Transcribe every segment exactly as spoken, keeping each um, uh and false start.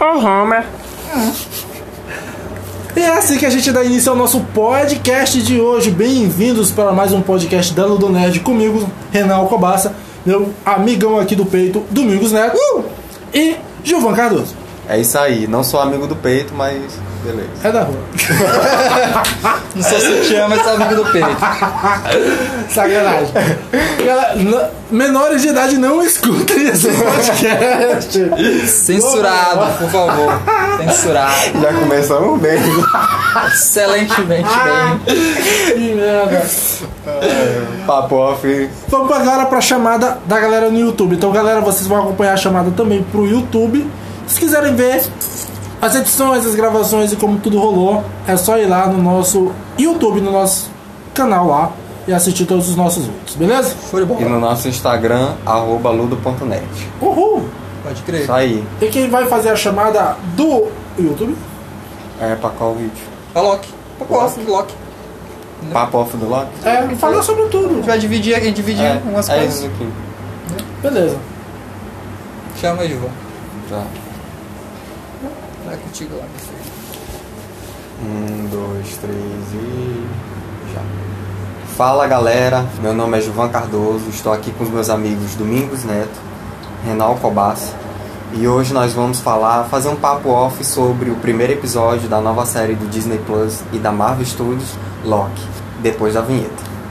o Homer. Hum. E é assim que a gente dá início ao nosso podcast de hoje. Bem-vindos para mais um podcast da Ludo Nerd comigo, Renan Alcobaça, meu amigão aqui do peito, Domingos Neto, uh! e Gilvan Cardoso. É isso aí, não sou amigo do peito, mas beleza. É da rua. Não sou sutiã, mas sou amigo do peito. Sacanagem. Galera, menores de idade não escutem esse podcast. Censurado, por favor. Censurado. Já começamos bem. Excelentemente bem. Que merda. Papo off. Vamos agora para a chamada da galera no YouTube. Então, galera, vocês vão acompanhar a chamada também pro YouTube. Se quiserem ver as edições, as gravações e como tudo rolou, é só ir lá no nosso YouTube, no nosso canal lá, e assistir todos os nossos vídeos, beleza? Foi bom. E no nosso Instagram, arroba ludo ponto net. Uhul! Pode crer. Isso aí. E quem vai fazer a chamada do YouTube? É pra qual vídeo? A Loki. Papo off do Loki. Papo off do Loki? É, falar sobre A tudo. gente vai dividir, a gente dividir É, umas é coisas. isso aqui. Beleza. Chama aí, Gilvan. Já. Vai contigo lá, meu filho. Um, dois, três e... já. Fala, galera. Meu nome é Gilvan Cardoso. Estou aqui com os meus amigos Domingos Neto, Renan Alcobaça. E hoje nós vamos falar, fazer um papo off sobre o primeiro episódio da nova série do Disney Plus e da Marvel Studios, Loki, depois da vinheta.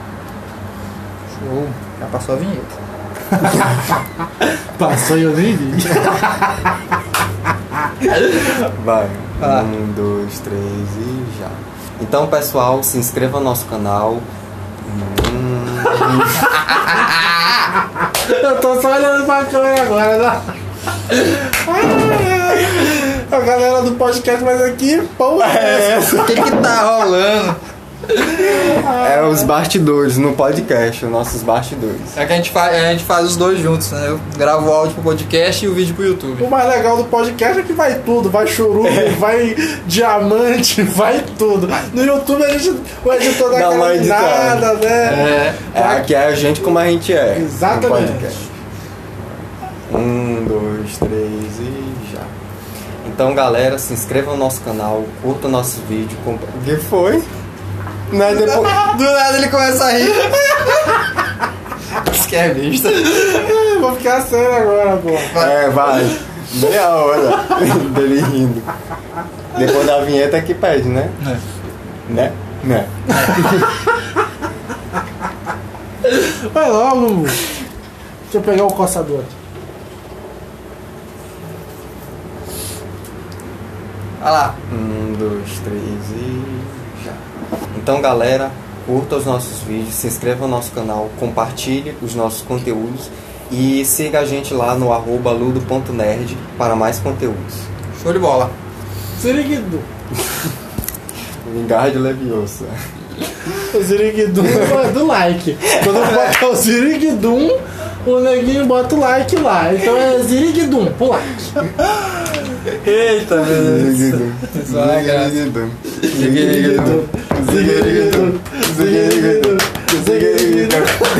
Show. Já passou a vinheta. Passou e eu nem vi. Vai. Ah. Um, dois, três e já. Então, pessoal, se inscreva no nosso canal. Hum... Eu tô só olhando pra câmera agora, né? A galera do podcast, mas aqui, pô, é essa? O que que tá rolando? É os bastidores no podcast, os nossos bastidores. É que a gente faz, a gente faz os dois juntos, né? Eu gravo o áudio pro podcast e o vídeo pro YouTube. O mais legal do podcast é que vai tudo, vai churume, É. vai diamante, vai tudo. No YouTube a gente, o editor dá Dá uma aquela editada. nada, né? É. É, aqui é a gente como a gente é. Exatamente. No podcast. Um, dois, três e já. Então, galera, se inscreva no nosso canal, curta o nosso vídeo. Compa... O que foi? Não é depois... Do nada ele começa a rir. Isso que é vista. Vou ficar sério agora, pô. É, vai. Meia hora dele rindo. Depois da vinheta que pede, né? É. Né? Né? Vai logo, Mumu. Deixa eu pegar o coçador aqui. Olha lá. Um, dois, três e já. Então, galera, curta os nossos vídeos, se inscreva no nosso canal, compartilhe os nossos conteúdos e siga a gente lá no arroba ludo ponto nerd para mais conteúdos. Show de bola. Ziriguidu. Vingar de Leviosa. O Ziriguidum é do like. Quando eu botar o Ziriguidum, o neguinho bota o like lá. Então é Ziriguidum, pro like. Eita, meu Deus. Isso é graça. Zigueiriguidum. Ziriguidum, Ziriguidum, Ziriguidum, Ziriguidum.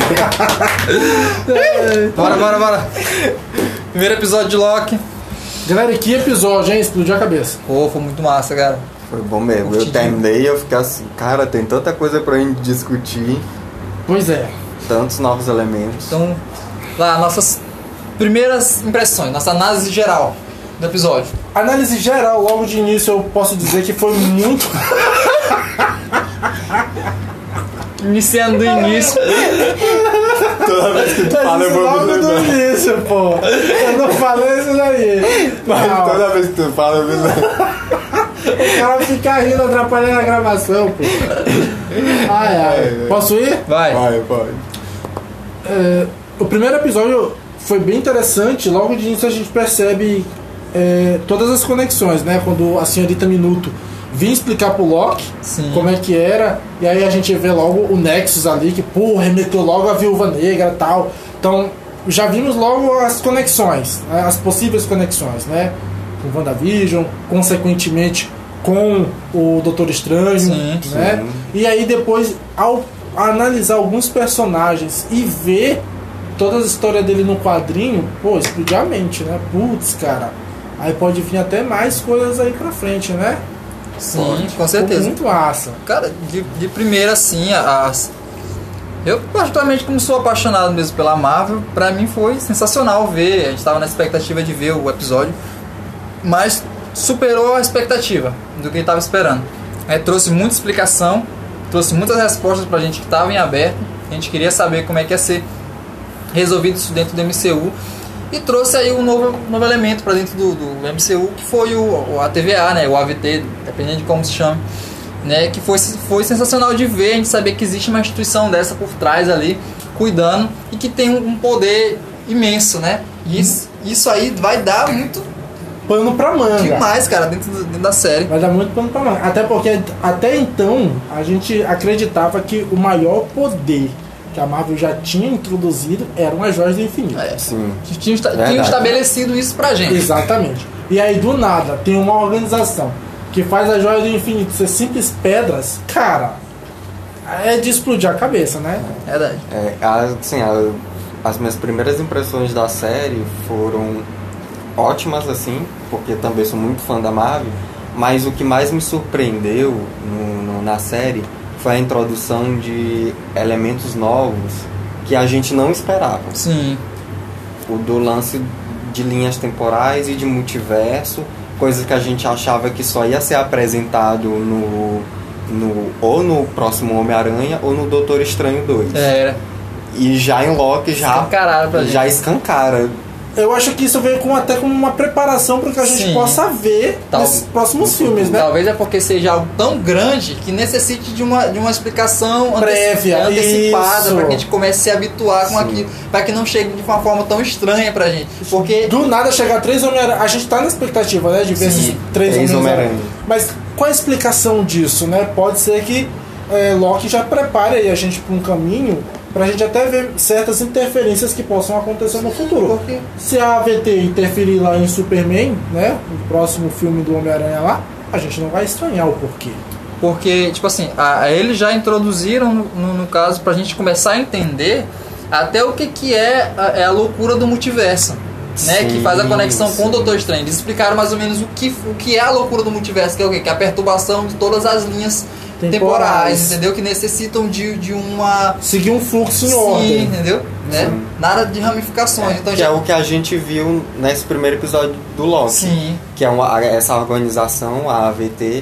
Bora, bora, bora. Primeiro episódio de Loki. Galera, e que episódio, hein? Explodiu a cabeça. Pô, foi muito massa, cara. Foi bom mesmo. Eu Curtidinho. terminei e eu fiquei assim, cara, tem tanta coisa pra gente discutir, Pois é. tantos novos elementos. Então, lá, nossas primeiras impressões, nossa análise geral do episódio. Análise geral, logo de início eu posso dizer que foi muito. Iniciando do início. Toda vez que tu fala, eu vou logo me do lembrar. início, pô. Eu não falei isso daí. Mas Não. toda vez que tu fala, eu me lembro. O cara fica rindo, atrapalhando a gravação, pô. Ai, ai. Posso ir? Vai. Vai, pode. É, o primeiro episódio foi bem interessante. Logo de início a gente percebe é, todas as conexões, né? Quando a senhorita Minuto vinha explicar pro Loki Sim. como é que era, e aí a gente vê logo o Nexus ali, que pô, remeteu logo a Viúva Negra e tal. Então já vimos logo as conexões, né? As possíveis conexões, né? Com WandaVision, consequentemente com o Doutor Estranho, Sim, né? sim. E aí depois, ao analisar alguns personagens e ver toda a história dele no quadrinho, pô, explodiu a mente, né? Putz, cara, Aí pode vir até mais coisas aí pra frente, né? Sim, Pode. com certeza. Ficou muito massa. Cara, de, de primeira, assim, as... eu particularmente, como sou apaixonado mesmo pela Marvel, pra mim foi sensacional ver. A gente tava na expectativa de ver o episódio, mas superou a expectativa do que ele tava esperando. É, trouxe muita explicação, trouxe muitas respostas pra gente que tava em aberto. A gente queria saber como é que ia ser resolvido isso dentro do M C U. E trouxe aí um novo, novo elemento para dentro do, do M C U, que foi o, a T V A, né, o A V T, dependendo de como se chama, né, que foi, foi sensacional de ver, a gente saber que existe uma instituição dessa por trás ali, cuidando, e que tem um, um poder imenso, né? E isso, isso aí vai dar muito Pano pra manga. demais, cara, dentro, do, dentro da série. Vai dar muito pano pra manga. Até porque até então a gente acreditava que o maior poder que a Marvel já tinha introduzido eram as Joias do Infinito. É, Sim. tinham, Verdade. tinham estabelecido isso pra gente. Exatamente. E aí do nada tem uma organização que faz as Joias do Infinito ser simples pedras, cara, é de explodir a cabeça, né? Verdade. É, assim, a- as minhas primeiras impressões da série foram ótimas, assim, porque também sou muito fã da Marvel, mas o que mais me surpreendeu no- no- na série foi a introdução de elementos novos que a gente não esperava. Sim. O do lance de linhas temporais e de multiverso, coisas que a gente achava que só ia ser apresentado no, no ou no próximo Homem-Aranha ou no Doutor Estranho dois. Era. E já em Loki já, Escancararam pra já gente. escancara. Eu acho que isso veio com, até como uma preparação para que a gente Sim. possa ver Tal- nesses próximos filmes, né? Talvez é porque seja algo tão grande que necessite de uma, de uma explicação Prévia, anteci- antecipada isso. para que a gente comece a se habituar com Sim. aquilo, para que não chegue de uma forma tão estranha pra gente. Porque Do nada chegar três Homem-Aranha. A gente tá na expectativa, né? De ver Sim, esses três, três Homem-Aranha. Homem-Aranha. Mas qual a explicação disso, né? Pode ser que é, Loki já prepare aí a gente para um caminho pra gente até ver certas interferências que possam acontecer no futuro. Porque- Se a A V T interferir lá em Superman, né? O próximo filme do Homem-Aranha lá, a gente não vai estranhar o porquê. Porque, tipo assim, a, a- eles já introduziram, no, no, no caso, pra gente começar a entender até o que, que é, a, é a loucura do multiverso. Né, Sim, que faz a conexão com o sim. Doutor Estranho. Eles explicaram mais ou menos o que, o que é a loucura do multiverso, que é o quê? Que é a perturbação de todas as linhas temporais, Temporais. entendeu? Que necessitam de, de uma... Seguir um fluxo em Sim, ordem. entendeu? Né? Nada de ramificações. Então Que já... é o que a gente viu nesse primeiro episódio do Loki. Sim. Que é uma, essa organização, a A V T,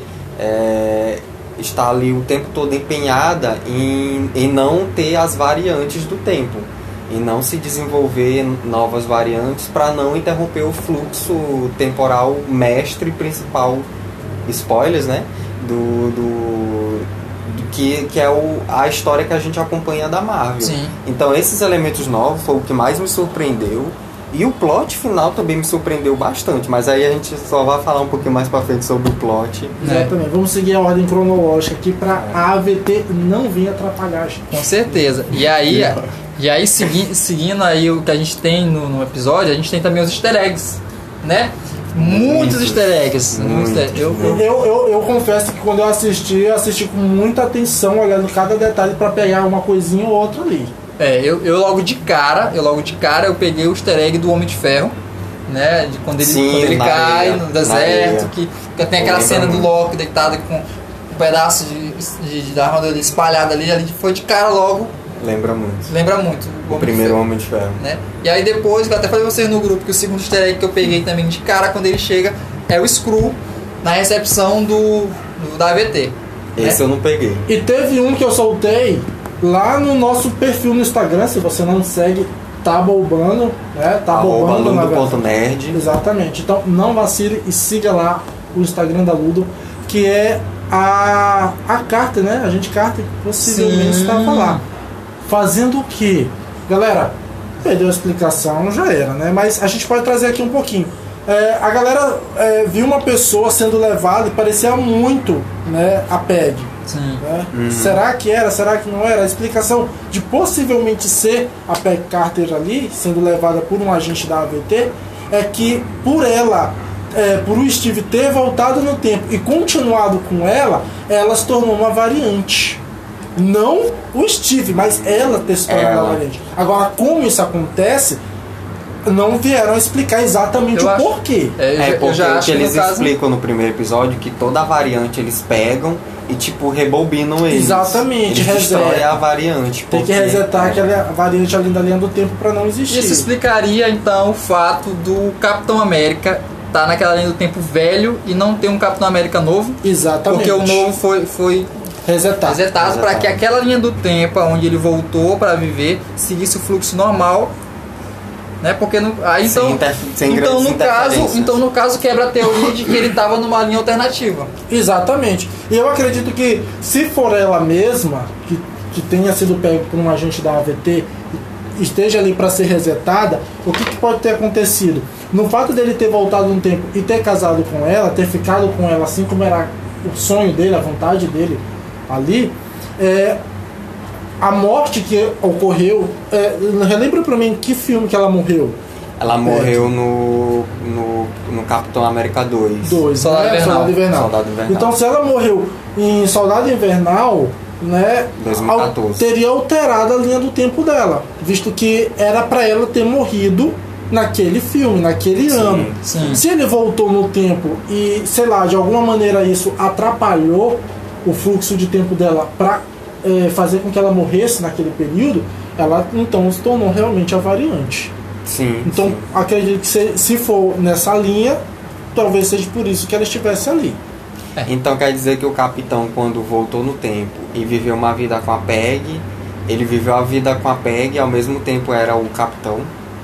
é, está ali o tempo todo empenhada em, em não ter as variantes do tempo. E não se desenvolver novas variantes para não interromper o fluxo temporal mestre principal, spoilers, né? Do, do, do que, que é o, a história que a gente acompanha da Marvel. Sim. Então esses elementos novos foi o que mais me surpreendeu. E o plot final também me surpreendeu bastante, mas aí a gente só vai falar um pouquinho mais pra frente sobre o plot. Exatamente. Vamos seguir a ordem cronológica aqui pra a A V T não vir atrapalhar a gente. Com certeza. E aí, e aí segui, seguindo aí o que a gente tem no, no episódio, a gente tem também os easter eggs, né? Muitos Muitos. easter eggs. Muitos easter eggs. Eu, Eu, eu- eu, eu confesso que quando eu assisti, eu assisti com muita atenção, olhando cada detalhe pra pegar uma coisinha ou outra ali. é, eu, eu logo de cara, eu logo de cara, eu peguei o easter egg do Homem de Ferro, né? De quando ele, Sim, quando ele na cai areia, no na deserto, areia. que, que tem aquela Eu cena do lembro Loki deitado com um pedaço de, de, de da armadura dele espalhada ali, ali foi de cara logo, Lembra muito. lembra muito. O Homem de primeiro Ferro. Homem de Ferro. Né? E aí depois, eu até falei pra vocês no grupo que o segundo easter egg que eu peguei também de cara quando ele chega é o Skrull na recepção do, do da A V T. Esse né? eu não peguei. E teve um que eu soltei lá no nosso perfil no Instagram, se você não segue, tá bombando, né? Tá Arroba bombando na Ludo ponto verdade. nerd. Exatamente. Então não vacile e siga lá o Instagram da Ludo, que é a, a Carter, né? A gente Carter possivelmente Sim. estava lá. Fazendo o quê? Galera, perdeu a explicação, já era, né? Mas a gente pode trazer aqui um pouquinho. É, a galera é, viu uma pessoa sendo levada e parecia muito, né, a Peg. Sim. Né? Será que era? Será que não era? A explicação de possivelmente ser a Peg Carter ali, sendo levada por um agente da A V T, é que por ela, é, por o Steve ter voltado no tempo e continuado com ela, ela se tornou uma variante. Não o Steve, mas ela ter se tornado Ela. uma variante. Agora, como isso acontece, não vieram explicar exatamente Eu o acho- porquê. É, eu, É já- eu porque já o acho que que eles no caso... explicam no primeiro episódio que toda a variante eles pegam e tipo rebobinam eles. Exatamente, eles reseta. destroem a variante. Tem que porque- resetar é. aquela variante ali da linha do tempo para não existir. Isso explicaria então o fato do Capitão América estar naquela linha do tempo velho e não ter um Capitão América novo. Exatamente. Porque o novo foi, foi resetar. resetado para Resetado. que aquela linha do tempo onde ele voltou para viver seguisse o fluxo normal, né? Porque no, aí Sem então, inter- sem então grandes no caso, interferências. então no caso quebra a teoria de que ele estava numa linha alternativa. Exatamente. E eu acredito que se for ela mesma, que, que tenha sido pego por um agente da A V T, esteja ali para ser resetada, o que, que pode ter acontecido? No fato dele ter voltado no tempo e ter casado com ela, ter ficado com ela assim como era o sonho dele, a vontade dele ali, é, a morte que ocorreu, é, relembra para mim que filme que ela morreu? Ela morreu no, no, no Capitão América dois. Dois, Soldado né? Invernal. Soldado Invernal. Soldado Invernal. Então, se ela morreu em Soldado Invernal, né, dois mil e quatorze. al- teria alterado a linha do tempo dela, visto que era para ela ter morrido naquele filme, naquele Sim, ano. sim. Se ele voltou no tempo e, sei lá, de alguma maneira isso atrapalhou o fluxo de tempo dela para fazer com que ela morresse naquele período, ela então se tornou realmente a variante. Sim. Então, sim. acredito que se, se for nessa linha, talvez seja por isso que ela estivesse ali. Então quer dizer que o Capitão, quando voltou no tempo e viveu uma vida com a Peg, ele viveu a vida com a Peg e ao mesmo tempo era o Capitão.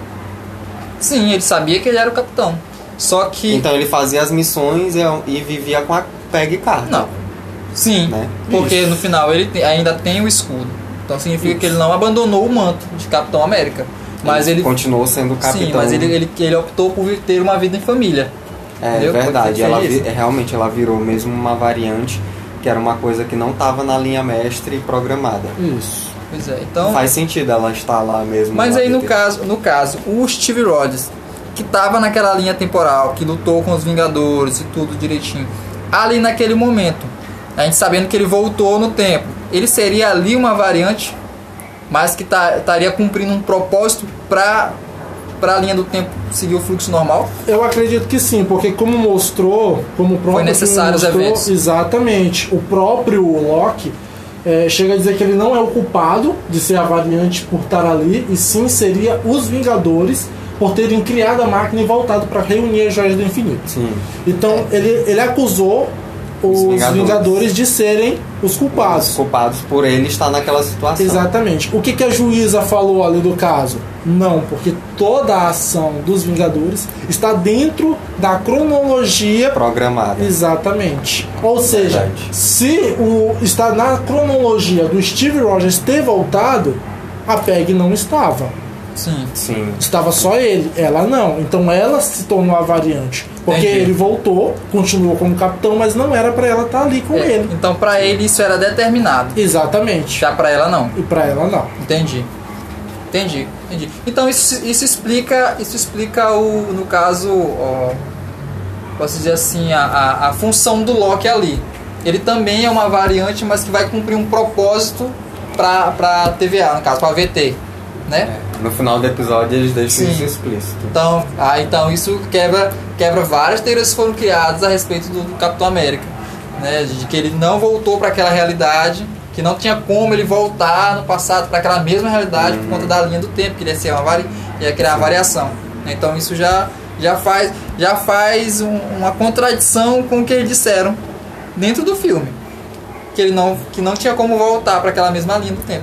Sim, ele sabia que ele era o capitão. Só que Então ele fazia as missões e, e vivia com a Peg Carter. não. Sim, Né? porque Isso. no final ele te- ainda tem o escudo. Então significa Isso. que ele não abandonou o manto de Capitão América. Mas ele, continuou sendo o Capitão. sim, mas ele, ele, ele optou por ter uma vida em família. É Entendeu? verdade, Pode ser ela isso. vi- realmente ela virou mesmo uma variante, que era uma coisa que não estava na linha mestre programada. Isso. Pois é, então. Faz sentido ela estar lá mesmo. Mas lá aí no dentro. caso, no caso, o Steve Rogers, que tava naquela linha temporal, que lutou com os Vingadores e tudo direitinho, ali naquele momento, a gente sabendo que ele voltou no tempo, ele seria ali uma variante, mas que tá- estaria cumprindo um propósito para para a linha do tempo seguir o fluxo normal. Eu acredito que sim, porque como mostrou, como o próprio Foi necessário os filme eventos. exatamente, o próprio Loki é, chega a dizer que ele não é o culpado de ser a variante por estar ali, e sim seria os Vingadores por terem criado a máquina e voltado para reunir as joias do infinito. Sim. Então ele, ele acusou os, Os Vingadores. Vingadores. de serem os culpados. Os culpados por ele estar naquela situação. Exatamente. O que, que a juíza falou ali do caso? Não, porque toda a ação dos Vingadores está dentro da cronologia. Programada. Exatamente. Ou seja, Verdade. se o, está na cronologia do Steve Rogers ter voltado, a Peg não estava. Sim. Sim. Estava só ele, ela não. Então ela se tornou a variante. Porque Entendi. ele voltou, continuou como capitão, mas não era para ela estar ali com É, ele. então para ele isso era determinado, Exatamente. já para ela não. E para ela não. Entendi. Entendi, entendi. Então isso, isso explica, isso explica o, no caso, ó, posso dizer assim, a, a, a função do Loki ali. Ele também é uma variante, mas que vai cumprir um propósito para para T V A, no caso, para V T, né? É. No final do episódio eles deixam Sim. isso explícito. Então, ah, então isso quebra, quebra várias teorias que foram criadas a respeito do, do Capitão América, né? De que ele não voltou para aquela realidade, que não tinha como ele voltar no passado para aquela mesma realidade Uhum. por conta da linha do tempo, que ele ia ser uma vari, ia criar uma variação. Então isso já, já faz, já faz um- uma contradição com o que eles disseram dentro do filme, que ele não, que não tinha como voltar para aquela mesma linha do tempo.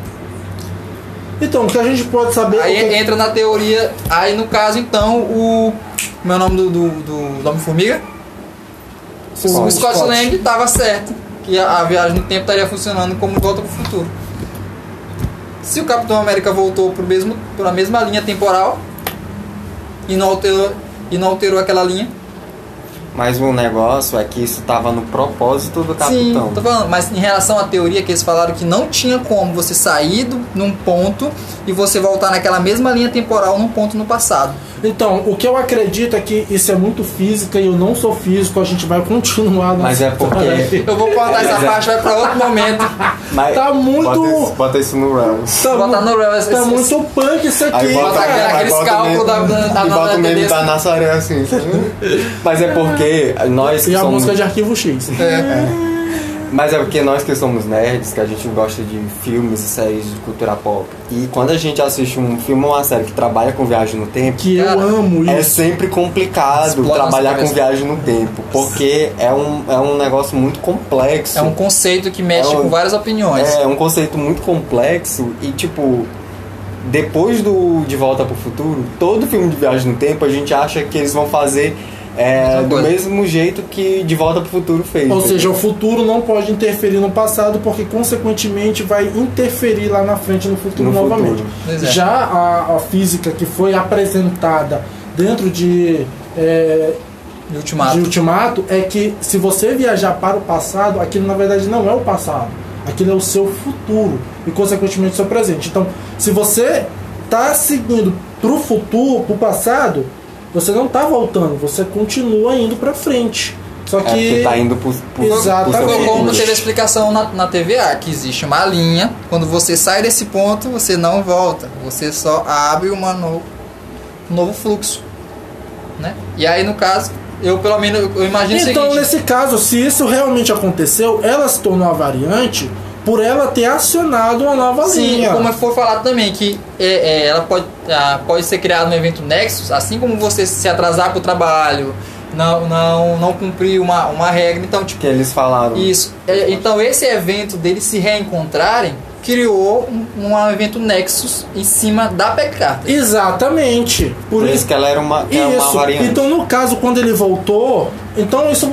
Então, o que a gente pode saber... Aí o que- entra na teoria, aí no caso então o meu nome do, do, do Homem-Formiga, o o Scott Lang estava certo, que a, a viagem no tempo estaria funcionando como Volta para o Futuro. Se o Capitão América voltou para mesmo para a mesma linha temporal e não alterou e não alterou aquela linha, Mas o negócio é que isso estava no propósito do Capitão. sim, tô falando, mas em relação à teoria que eles falaram que não tinha como você sair do, num ponto e você voltar naquela mesma linha temporal num ponto no passado. Então, o que eu acredito é que isso é muito física e eu não sou físico, a gente vai continuar. Mas é porque... Eu vou cortar essa é... parte, vai pra outro momento. Mas tá muito... Bota isso, bota isso no Rails. Tá, Bota no Rails. Tá muito punk isso aqui, aí bota, cara. Aqueles bota cálculos da, da, da E bota o meme da da Nazaré assim. Mas é porque nós que E a somos... música de Arquivo X. É. É. Mas é porque nós que somos nerds, que a gente gosta de filmes e séries de cultura pop. E quando a gente assiste um filme ou uma série que trabalha com viagem no tempo, Que Cara, eu amo é isso. sempre complicado Explode trabalhar nossa com cabeça. viagem no tempo. Porque é um, é um negócio muito complexo. É um conceito que mexe É um- com várias opiniões. É um conceito muito complexo e tipo, depois do De Volta pro Futuro, todo filme de viagem no tempo a gente acha que eles vão fazer é, Mesma do coisa. mesmo jeito que De Volta pro Futuro fez. Ou entendeu? seja, o futuro não pode interferir no passado, porque consequentemente vai interferir lá na frente no futuro No novamente. futuro. Pois é. Já a, a física que foi apresentada dentro de, é, De Ultimato. de Ultimato é que se você viajar para o passado, aquilo na verdade não é o passado, aquilo é o seu futuro e consequentemente o seu presente. Então, se você está seguindo para o futuro, para o passado, você não está voltando, você continua indo para frente. Só É porque que tá indo pro, pro, Exatamente. pro seu Como futuro. teve a explicação na, na T V A, que existe uma linha, quando você sai desse ponto, você não volta, você só abre uma no, um novo fluxo, né? E aí, no caso, eu pelo menos eu imagino o Então, seguinte: nesse caso, se isso realmente aconteceu, ela se tornou a variante por ela ter acionado uma nova sim, linha. como foi falado também, que é, é, ela pode, ah, pode ser criada no evento Nexus, assim como você se atrasar para o trabalho, não, não, não cumprir uma, uma regra, então, tipo, Que eles falaram. isso. É, então, esse evento deles se reencontrarem criou um, um evento Nexus em cima da Peggy Carter. Exatamente. Por, Por isso isso que ela era uma, que é uma Isso. variante. Então, no caso, quando ele voltou, então isso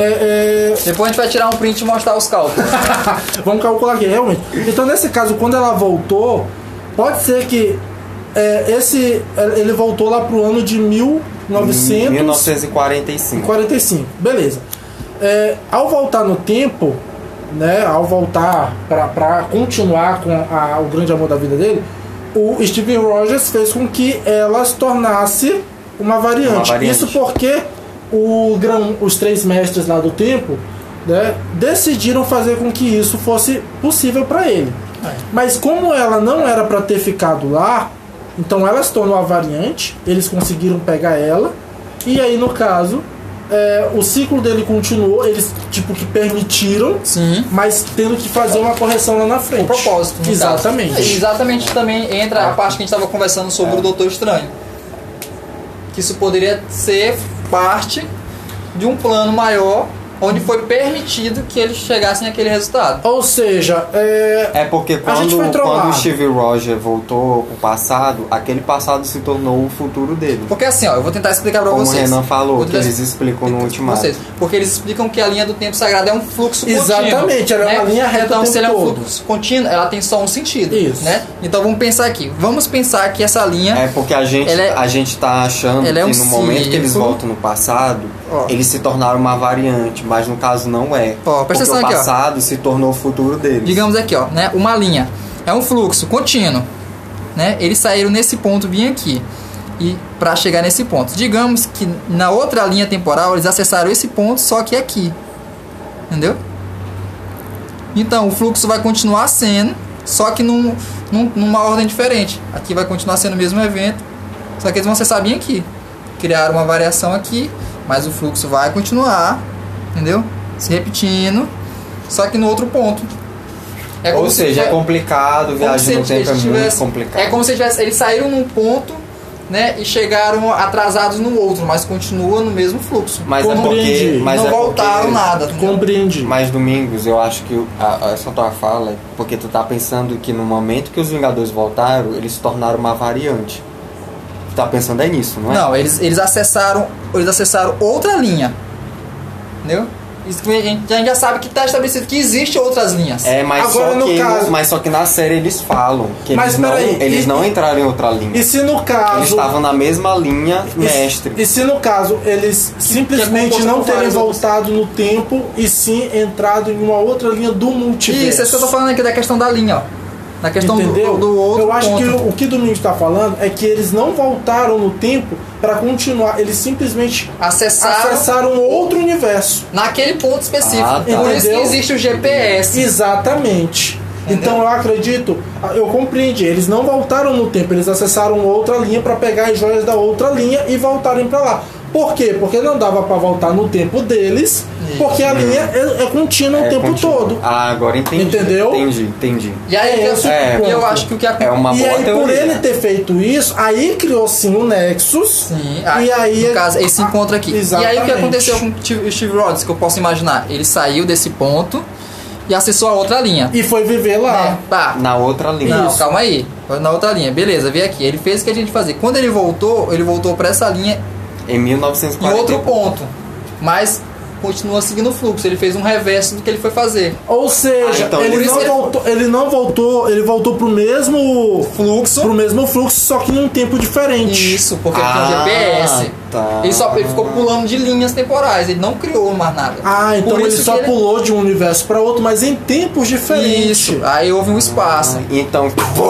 é, é, Depois a gente vai tirar um print e mostrar os cálculos. vamos calcular aqui, realmente. Então, nesse caso, quando ela voltou, pode ser que é, esse ele voltou lá pro ano de mil novecentos mil novecentos e quarenta e cinco. quarenta e cinco. Beleza. É, ao voltar no tempo, né, ao voltar para continuar com a, o grande amor da vida dele, o Steve Rogers fez com que ela se tornasse uma variante. Uma variante. Isso porque o, gran- os três mestres lá do tempo, né, decidiram fazer com que isso fosse possível para ele. É. Mas como ela não era para ter ficado lá, então ela se tornou a variante, eles conseguiram pegar ela, e aí no caso é, o ciclo dele continuou, eles tipo que permitiram, Sim. mas tendo que fazer uma correção lá na frente. O propósito. no Exatamente. caso. Exatamente também entra a parte que a gente estava conversando sobre É. o Doutor Estranho. Que isso poderia ser parte de um plano maior, onde foi permitido que eles chegassem àquele resultado. Ou seja, é, É porque A gente foi quando, trollado. quando o Steve Rogers voltou pro passado, aquele passado se tornou o futuro dele. Porque assim, ó, eu vou tentar explicar pra Como vocês. o Renan falou, Vou que tentar eles explicam no pra Ultimato. vocês. Porque eles explicam que a linha do tempo sagrado é um fluxo contínuo. Exatamente, ela é uma linha reta Então, o se tempo ela é um todo. fluxo contínuo, ela tem só um sentido. Isso. Né? Então vamos pensar aqui. Vamos pensar que essa linha. É porque a gente, Ela é- a gente tá achando ela é que um no momento que eles círculo. voltam no passado, Ó. eles se tornaram uma variante, mas no caso não é. Ó, porque presta atenção o aqui, ó. passado se tornou o futuro deles. Digamos aqui, ó, né? Uma linha. É um fluxo contínuo. Né? Eles saíram nesse ponto, vim aqui. E para chegar nesse ponto. Digamos que na outra linha temporal eles acessaram esse ponto, só que aqui. Entendeu? Então o fluxo vai continuar sendo, só que num, num, numa ordem diferente. Aqui vai continuar sendo o mesmo evento, só que eles vão acessar bem aqui. Criaram uma variação aqui, mas o fluxo vai continuar, entendeu? Se repetindo, só que no outro ponto. É Ou como se seja, é tiver- complicado, como viagem se no eles tempo é muito tivesse- complicado. É como se tivesse, eles saíram num ponto, né, e chegaram atrasados no outro, mas continua no mesmo fluxo. Mas é Compreendi. porque. Mas não é voltaram porque, nada. entendeu? compreendi. Mas Domingos, eu acho que o- a, essa tua fala é porque tu tá pensando que no momento que os Vingadores voltaram, eles se tornaram uma variante. Tu tá pensando é nisso, não é? Não, eles, eles acessaram, eles acessaram outra linha, entendeu? Isso que a gente, a gente já sabe que está estabelecido que existem outras linhas. É, mas, Agora, só no que, caso- mas só que na série eles falam que Mas eles, não, peraí, eles e- não entraram em outra linha. E se no caso. Eles estavam na mesma linha e- mestre. E se no caso eles simplesmente composto não por terem vários outros- voltado no tempo e sim entrado em uma outra linha do multiverso? Isso, é isso que eu tô falando aqui da questão da linha, ó. Da questão do, Entendeu? do outro Eu acho ponto. que o, o que o Domingos está falando é que eles não voltaram no tempo pra continuar. Eles simplesmente Acessaram, acessaram um outro universo. naquele ponto específico. Ah, tá. Por isso que Entendeu? existe o G P S. Exatamente. Entendeu? Então eu acredito, eu compreendi. Eles não voltaram no tempo, eles acessaram outra linha pra pegar as joias da outra linha e voltarem pra lá. Por quê? Porque não dava pra voltar no tempo deles, Isso. porque a linha é, é contínua o É, tempo continua. todo. Ah, agora entendi. Entendeu? Entendi, entendi. E aí, É eu, esse o eu ponto. acho que o que É uma E boa aí, por teoria. ele ter feito isso, aí criou sim um Nexus. Sim, e aí no caso, esse encontro aqui. Exatamente. E aí o que aconteceu com o Steve Steve Rhodes, que eu posso imaginar? Ele saiu desse ponto e acessou a outra linha. E foi viver lá. Né? Pá. Na outra linha. Não, Isso. calma aí. Foi na outra linha. Beleza, veio aqui. Ele fez o que a gente fazia. Quando ele voltou, ele voltou pra essa linha Em mil novecentos e em quarenta. outro ponto. Mas continua seguindo o fluxo. Ele fez um reverso do que ele foi fazer. Ou seja, Ah, então, ele, por isso não que- voltou, ele não voltou, ele voltou pro mesmo Fluxo. pro mesmo fluxo, só que num tempo diferente. Isso, porque ele Ah, tem um G P S. tá. Ele só ele ficou pulando de linhas temporais. Ele não criou mais nada. Ah, então Por ele isso só que pulou de um universo para outro, mas em tempos diferentes. Isso. Aí houve um espaço. Então,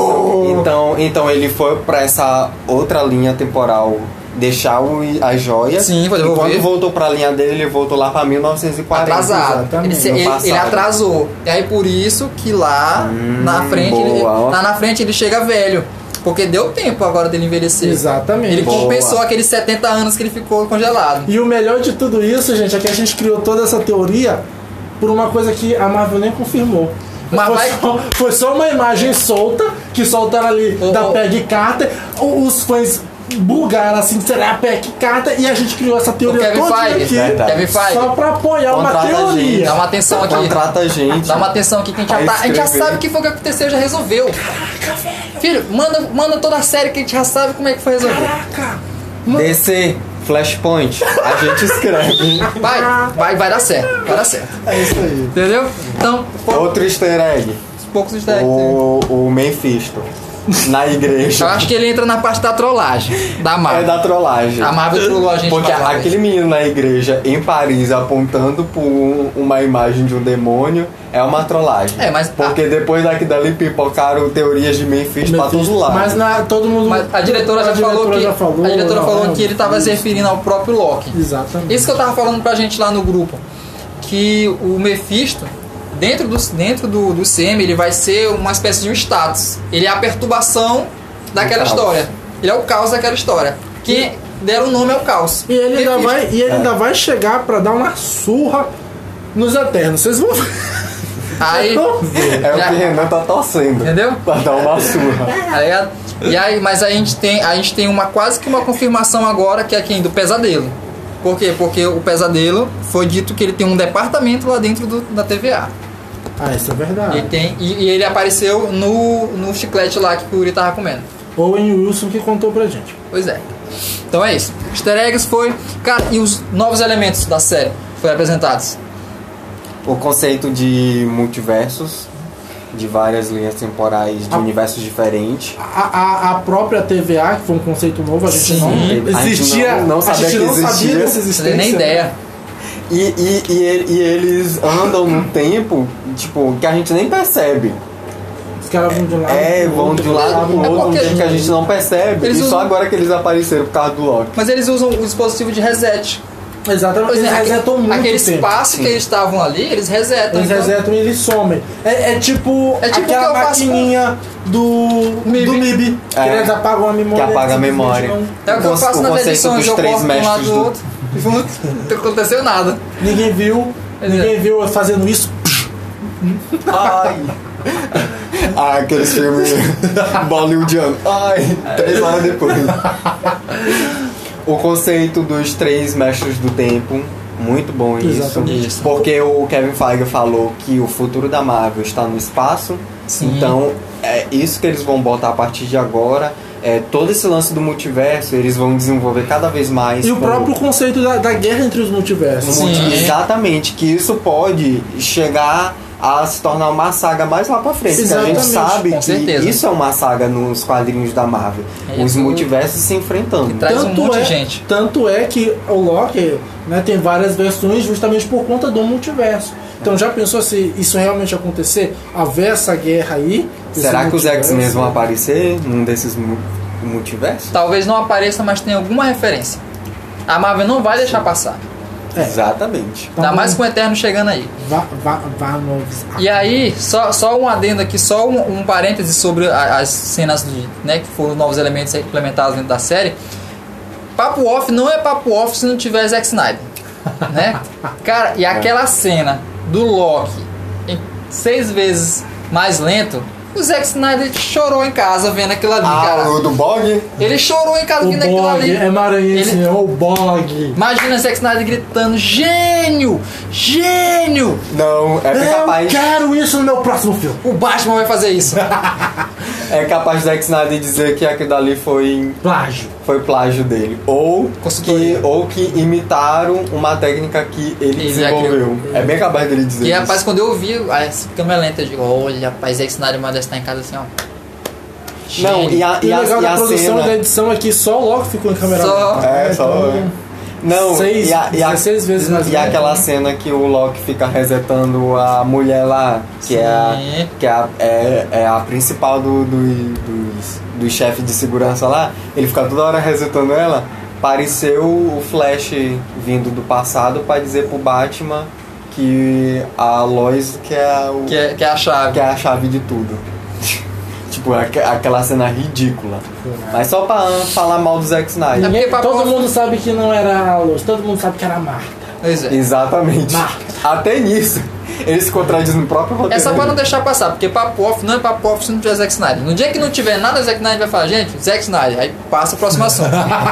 então, então ele foi pra essa outra linha temporal deixar o, as joias. Sim, foi e devolver. quando voltou pra linha dele, ele voltou lá pra mil novecentos e quarenta. Atrasado. Ele, exatamente, se- no ele- passado. ele atrasou. E aí por isso que lá Hum, na frente ele, boa, ó. lá na frente ele chega velho. Porque deu tempo agora dele envelhecer. Exatamente. Ele Boa. compensou aqueles setenta anos que ele ficou congelado. E o melhor de tudo isso, gente, é que a gente criou toda essa teoria por uma coisa que a Marvel nem confirmou. Mas foi, vai- só, foi só uma imagem solta que soltaram ali Ô, da ô. Peggy Carter. O- Os fãs bugaram assim, será a Peggy Carter? E a gente criou essa O teoria Kevin toda Feige, aqui verdade. Kevin Feige, só pra apoiar uma Contrata a gente. teoria. dá uma atenção aqui. Contrata a gente. Dá uma atenção aqui que a gente já, Aí tá, a gente já escrever. sabe o que foi que aconteceu, já resolveu. Filho, manda, manda toda a série que a gente já sabe como é que foi resolvido. Caraca! D C, Flashpoint, a gente escreve. Vai, vai, vai dar certo, vai dar certo. É isso aí. Entendeu? Então, Outro easter egg. os poucos easter eggs. O, o Mephisto. Na Eu igreja. acho que ele entra na parte da trollagem da Marvel. É da trollagem. A Marvel trollou a gente Porque mais uma vez. aquele menino na igreja em Paris apontando por um- uma imagem de um demônio é uma trollagem. É, mas- Porque depois daqui dali pipocaram teorias de Mephisto pra todo lado. Mas na, todo mundo. Mas a diretora já a falou que já falou, a diretora não, falou não, que ele estava se referindo ao próprio Loki. Exatamente. Isso que eu tava falando pra gente lá no grupo, que o Mephisto dentro do dentro do, do C M ele vai ser uma espécie de um status. Ele é a perturbação daquela caos. história. Ele é o caos daquela história. Quem deram o nome ao caos. E ele ainda Mephisto. vai, e ele É. ainda vai chegar pra dar uma surra nos Eternos. Vocês vão ver. Aí, Vão ver. É o Já- que Renan tá torcendo. entendeu? Pra dar uma surra. Aí, a- e aí, mas a gente tem, a gente tem uma quase que uma confirmação agora que é quem do Pesadelo. Por quê? Porque o Pesadelo foi dito que ele tem um departamento lá dentro do- da T V A. Ah, isso é verdade. Ele tem, e, e ele apareceu no, no chiclete lá que o Yuri tava comendo. Owen Wilson que contou pra gente. Pois é. Então é isso. Easter eggs foi. Cara, e os novos elementos da série foram apresentados. O conceito de multiversos, de várias linhas temporais de Ah. universos diferentes. A, a, a própria T V A, que foi um conceito novo, a gente Sim. não A gente existia. não- não a sabia gente que não sabia existia. dessa Não existência. tem nem ideia. E, e, e, ele- e eles andam num tempo, tipo, que a gente nem percebe. Os caras vão de um lado. É, pro vão outro, de um lado pro pro É outro, um porque- tempo que a gente não percebe. Eles e só usam- agora que eles apareceram por causa do Loki. Mas eles usam o dispositivo de reset. Exatamente. Pois Eles é, resetam muito aquele tempo. espaço que eles estavam ali, eles resetam. Eles então- resetam e eles somem. É, é tipo É tipo o que aquela eu faço com- maquininha do M I B. do M I B. Que É. eles apagam a memória. Que apaga a simplesmente memória. não- É o que eu O faço conce- nas o conceito edições, dos eu três corto de um lado mestres do do- outro. Não aconteceu nada. Ninguém viu. Pois ninguém é. viu eu fazendo isso. Ai. Ah, aqueles filmes bollywoodianos. Ai, três horas depois. O conceito dos três mestres do tempo, muito bom isso. Exatamente. Isso. Porque o Kevin Feige falou que o futuro da Marvel está no espaço. Sim. Então, é isso que eles vão botar a partir de agora. É, todo esse lance do multiverso, eles vão desenvolver cada vez mais. E o como- próprio conceito da, da guerra entre os multiversos. Sim. Multi- Exatamente, que isso pode chegar a se tornar uma saga mais lá pra frente. Porque a gente Exatamente, sabe com que certeza. isso é uma saga nos quadrinhos da Marvel. É Os isso. multiversos se enfrentando. Traz um monte é, de gente. Tanto é que o Loki, né, tem várias versões justamente por conta do multiverso. Então já pensou se isso realmente acontecer? Haver essa guerra aí? esse Será que os multiverso? X-Men vão aparecer num desses mu- multiverso? Talvez não apareça, mas tem alguma referência. A Marvel não vai deixar passar. É. Exatamente. Ainda mais com o Eterno chegando aí. Vá, vá, vá novos. E aí, só, só um adendo aqui, só um, um parêntese sobre a, as cenas de, né, que foram novos elementos implementados dentro da série. Papo off não é papo off se não tiver Zack Snyder, né? Cara, e aquela cena do Loki em seis vezes mais lento, o Zack Snyder chorou em casa vendo aquilo ali, Ah, cara. o do Bog? Ele chorou em casa O vendo aquilo Bog, ali. é maranhense, Ele- é o Bog. Imagina o Zack Snyder gritando: gênio! Gênio! Não, é Eu capaz. quero isso no meu próximo filme. O Batman vai fazer isso. É capaz do Zack Snyder dizer que aquilo dali foi, Plágio. foi plágio dele. Ou que, Consultoria. ou que imitaram uma técnica que ele Ele já desenvolveu. É bem capaz dele dizer E isso. rapaz, quando eu vi essa câmera lenta, eu digo: olha, rapaz, Zack Snyder manda estar em casa assim, ó. Não, e a, E e o a, legal e da a produção e da cena. edição é que só o Loki ficou em câmera Só- lenta. É, só. Então, Não, seis, e, a, e, a, dezesseis vezes mais e lento, aquela né? cena que o Loki fica resetando a mulher lá, que é a, Sim. que é a, é, é a principal do, do, dos, dos chefes de segurança lá, ele fica toda hora resetando ela. Pareceu o Flash vindo do passado pra dizer pro Batman que a Lois que é, o, Que é, que é a chave. que é a chave de tudo. Tipo, aque- aquela cena ridícula. Mas só pra falar mal do Zack Snyder. É Ninguém- porque papo- todo mundo sabe que não era a Luz, todo mundo sabe que era a Marta. Pois é. Exatamente. Marca. Até nisso, ele se contradiz no próprio roteiro. É só pra não deixar passar, porque papo off não é papo off se não tiver Zack Snyder. No dia que não tiver nada, Zack Snyder vai falar: gente, Zack Snyder. Aí passa o próximo assunto.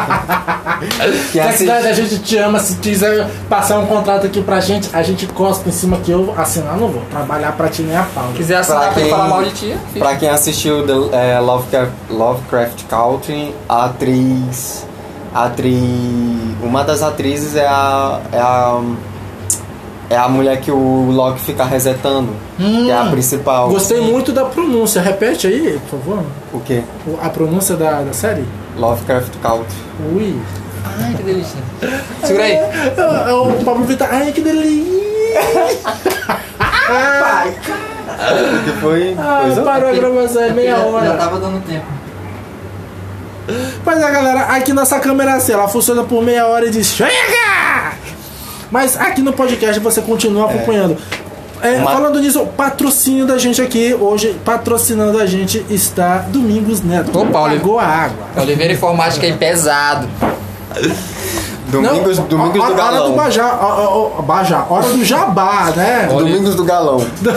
Que Zack assim, Snyder, a gente te ama, se quiser passar um contrato aqui pra gente, a gente cospe em cima que eu assinar, não vou trabalhar pra ti nem a pau. Se quiser assinar Pra pra quem- falar mal de ti, fica. pra quem assistiu The, é, Lovecraft, Lovecraft Country, a atriz. A atriz. Uma das atrizes é a. É a É a mulher que o Loki fica resetando, que é a principal. Gostei muito da pronúncia, repete aí, por favor, O quê? o- a pronúncia da, da série. Lovecraft Country. Ui. Ai, que delícia. Segura aí. É, é o Pablo Vittar, ai que delícia. Que foi. Ah, coisa- parou a gravação, é meia Já hora. tava dando tempo. Pois é, galera, aqui nossa câmera assim, ela funciona por meia hora e diz chega! Mas aqui no podcast você continua acompanhando. É, Uma- Falando nisso, o patrocínio da gente aqui, hoje, patrocinando a gente está Domingos Neto. Opa, Oli- Pagou a água. Oliveira Informática aí pesado. Domingos, Não, Domingos hora, do Galão. Hora do Bajá, ó, ó, ó, Bajá, hora do Jabá, né? Domingos do Galão.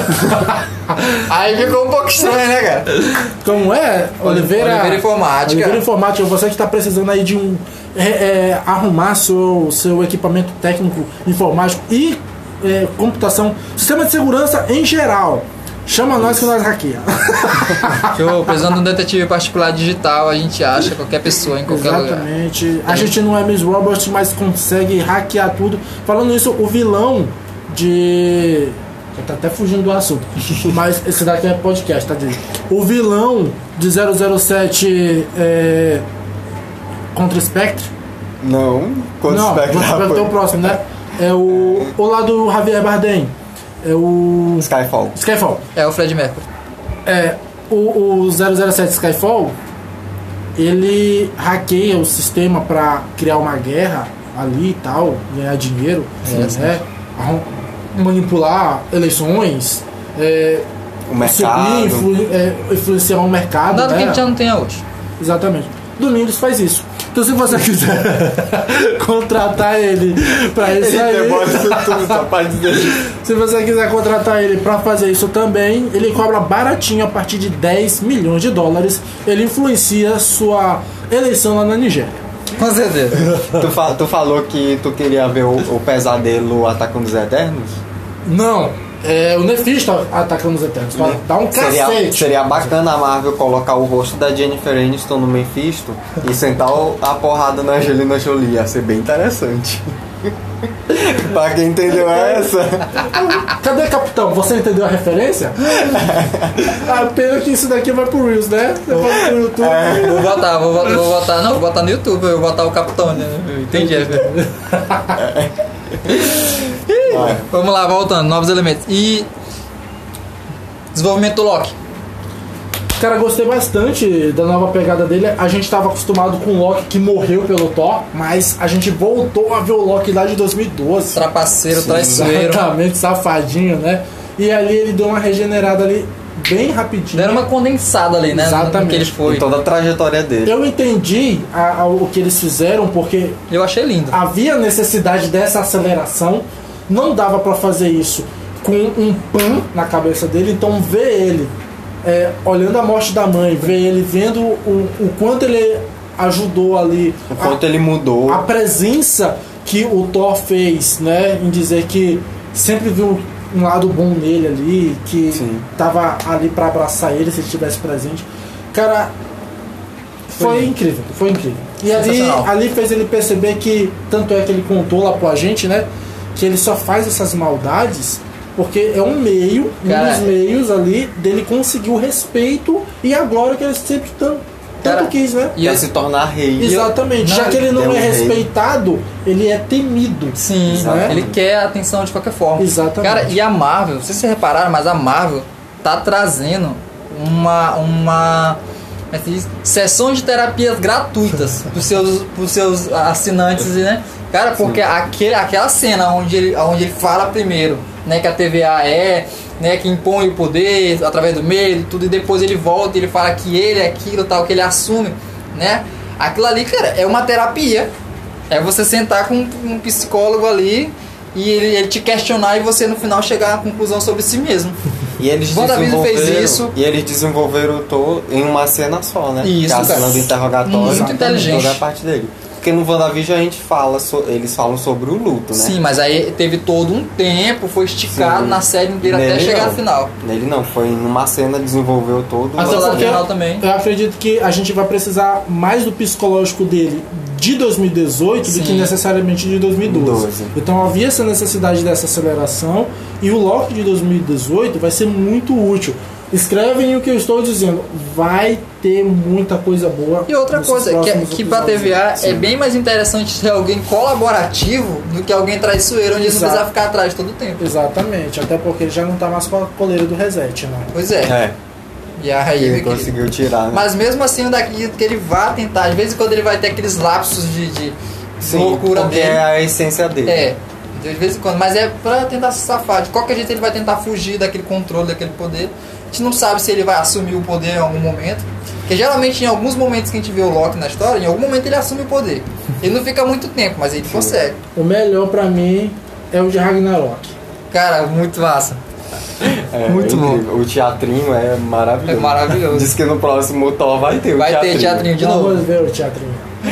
Aí ficou um pouco estranho, né, cara? Como é? Oliveira, Oliveira Informática. Oliveira Informática, você que está precisando aí de um é, é, arrumar seu, seu equipamento técnico informático e é, computação, sistema de segurança em geral. Chama nós que nós hackeia. Show, precisando de um detetive particular digital, a gente acha qualquer pessoa em qualquer lugar. Exatamente. A gente não é Miss Robert, mas consegue hackear tudo. Falando isso, o vilão de. Eu tô até fugindo do assunto. Mas esse daqui é podcast, tá dizendo? O vilão de zero zero sete é, contra Spectre. Não, quando Não, Spectre vou foi- até o próximo, né? É o. O lá do Javier Bardem. É o. Skyfall. Skyfall. É o Fred Mercury. É, o, o zero zero sete Skyfall, ele hackeia o sistema pra criar uma guerra ali e tal, ganhar dinheiro, É, né? Arrum- manipular eleições, é, O mercado. influ- é, influenciar o mercado. Nada né? que a gente já não tenha hoje. Exatamente. Domingos faz isso. Então se você quiser contratar ele pra isso Ele aí. demora isso tudo só pra dizer. Se você quiser contratar ele para fazer isso também, ele cobra baratinho a partir de dez milhões de dólares. Ele influencia sua eleição lá na Nigéria. Com certeza. Tu, fa- tu falou que tu queria ver o, o pesadelo atacando os Eternos? Não, é o Nefisto atacando os Eternos. Pra dar um Seria, cacete. seria bacana a Marvel colocar o rosto da Jennifer Aniston no Mephisto e sentar o- a porrada na Angelina Jolie. Ia ser bem interessante. Pra quem entendeu essa. Cadê, capitão? Você entendeu a referência? A pena que isso daqui vai pro Reels, né? Você vai pro YouTube. Vou botar, vou, botar- vou botar, não, vou botar no YouTube, eu vou botar o Capitão, né? Eu entendi. Vai. Vamos lá, voltando, novos elementos. E desenvolvimento do Loki. Cara, gostei bastante da nova pegada dele. A gente tava acostumado com o Loki que morreu pelo Thor, mas a gente voltou a ver o Loki lá de dois mil e doze. Trapaceiro, Sim, traiçoeiro. exatamente, safadinho, né? E ali ele deu uma regenerada ali bem rapidinho. Deram uma condensada ali, né? Exatamente. No que ele foi. E toda a trajetória dele. Eu entendi a, a, o que eles fizeram, porque Eu achei lindo. havia necessidade dessa aceleração. Não dava pra fazer isso com um pan na cabeça dele. Então ver ele é, olhando a morte da mãe, ver ele vendo o, o quanto ele ajudou ali, O quanto a, ele mudou. a presença que o Thor fez, né, em dizer que sempre viu um lado bom nele ali, que Sim. tava ali pra abraçar ele se ele estivesse presente. Cara, foi, Foi incrível, foi incrível. E ali, Sensacional. ali fez ele perceber que, tanto é que ele contou lá pra gente, né, que ele só faz essas maldades porque é um meio, Cara, um dos meios ali dele conseguir o respeito e a glória que ele sempre tanto, tanto Cara, quis, né? E Quer eu- se tornar rei. Exatamente, Não, já que ele não ele é é um rei. respeitado, ele é temido. Sim, Né? ele quer a atenção de qualquer forma. Exatamente. Cara, e a Marvel, não sei se vocês repararam, mas a Marvel tá trazendo uma. uma como é que se diz? Sessões de terapias gratuitas pros seus, pros seus assinantes, né? Cara, porque aquele, aquela cena onde ele, onde ele fala primeiro, né, que a T V A é, né, que impõe o poder através do medo e tudo, e depois ele volta e ele fala que ele é aquilo, tal, que ele assume, né? Aquilo ali, cara, é uma terapia. É você sentar com um psicólogo ali e ele, ele te questionar e você no final chegar à conclusão sobre si mesmo. E eles WandaVision fez desenvolveram, isso. E eles desenvolveram todo em uma cena só, né? Isso, que é a cara. cena do interrogatório. Muito inteligente. Toda a parte dele. Porque no WandaVision a gente fala, so, eles falam sobre o luto, né? Sim, mas aí teve todo um tempo, foi esticado Sim. na série inteira até Nele chegar não. no final. Nele não, foi numa cena, desenvolveu todo o Até Mas lá no porque final também. eu acredito que a gente vai precisar mais do psicológico dele de dois mil e dezoito do que Sim. necessariamente de dois mil e doze. doze. Então havia essa necessidade dessa aceleração e o Loki de dois mil e dezoito vai ser muito útil. Escrevem o que eu estou dizendo, vai ter muita coisa boa. E outra nesses coisa, que, próximos que pra episódios. T V A é Sim. bem mais interessante ser alguém colaborativo do que alguém traiçoeiro, onde ele não Exato. precisa ficar atrás todo o tempo. Exatamente, até porque ele já não tá mais com a coleira do reset, né? Pois é. É, E aí, ele meu querido, conseguiu tirar, né? mas mesmo assim, eu acredito que ele vá tentar. De vez em quando ele vai ter aqueles lapsos de, de Sim, loucura porque dele. é a essência dele. É, de vez em quando. Mas é pra tentar se safar. De qualquer jeito ele vai tentar fugir daquele controle, daquele poder. A gente não sabe se ele vai assumir o poder em algum momento. Porque geralmente em alguns momentos que a gente vê o Loki na história, em algum momento ele assume o poder. Ele não fica muito tempo, mas ele consegue. O melhor pra mim é o de Ragnarok. Cara, muito massa. É, Muito é bom. incrível. O teatrinho é maravilhoso. É maravilhoso. Diz que no próximo Thor vai ter o Vai teatrinho. ter teatrinho de Vamos novo. ver o teatrinho.